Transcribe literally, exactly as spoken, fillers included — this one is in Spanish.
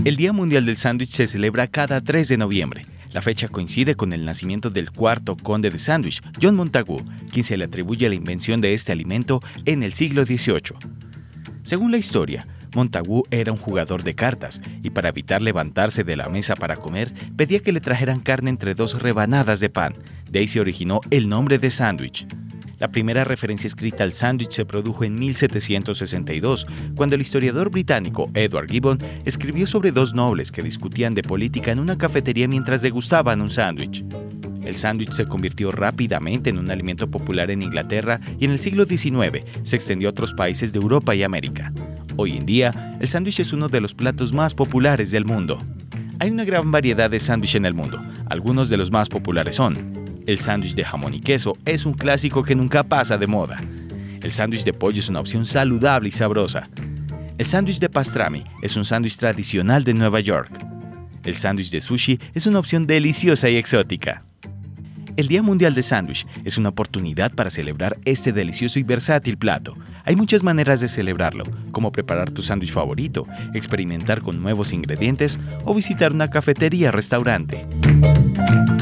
El Día Mundial del Sándwich se celebra cada tres de noviembre. La fecha coincide con el nacimiento del cuarto conde de sándwich, John Montagu, quien se le atribuye la invención de este alimento en el siglo dieciocho. Según la historia, Montagu era un jugador de cartas y para evitar levantarse de la mesa para comer, pedía que le trajeran carne entre dos rebanadas de pan. De ahí se originó el nombre de sándwich. La primera referencia escrita al sándwich se produjo en mil setecientos sesenta y dos, cuando el historiador británico Edward Gibbon escribió sobre dos nobles que discutían de política en una cafetería mientras degustaban un sándwich. El sándwich se convirtió rápidamente en un alimento popular en Inglaterra y en el siglo diecinueve se extendió a otros países de Europa y América. Hoy en día, el sándwich es uno de los platos más populares del mundo. Hay una gran variedad de sándwich en el mundo. Algunos de los más populares son: el sándwich de jamón y queso es un clásico que nunca pasa de moda. El sándwich de pollo es una opción saludable y sabrosa. El sándwich de pastrami es un sándwich tradicional de Nueva York. El sándwich de sushi es una opción deliciosa y exótica. El Día Mundial del Sándwich es una oportunidad para celebrar este delicioso y versátil plato. Hay muchas maneras de celebrarlo, como preparar tu sándwich favorito, experimentar con nuevos ingredientes o visitar una cafetería o restaurante.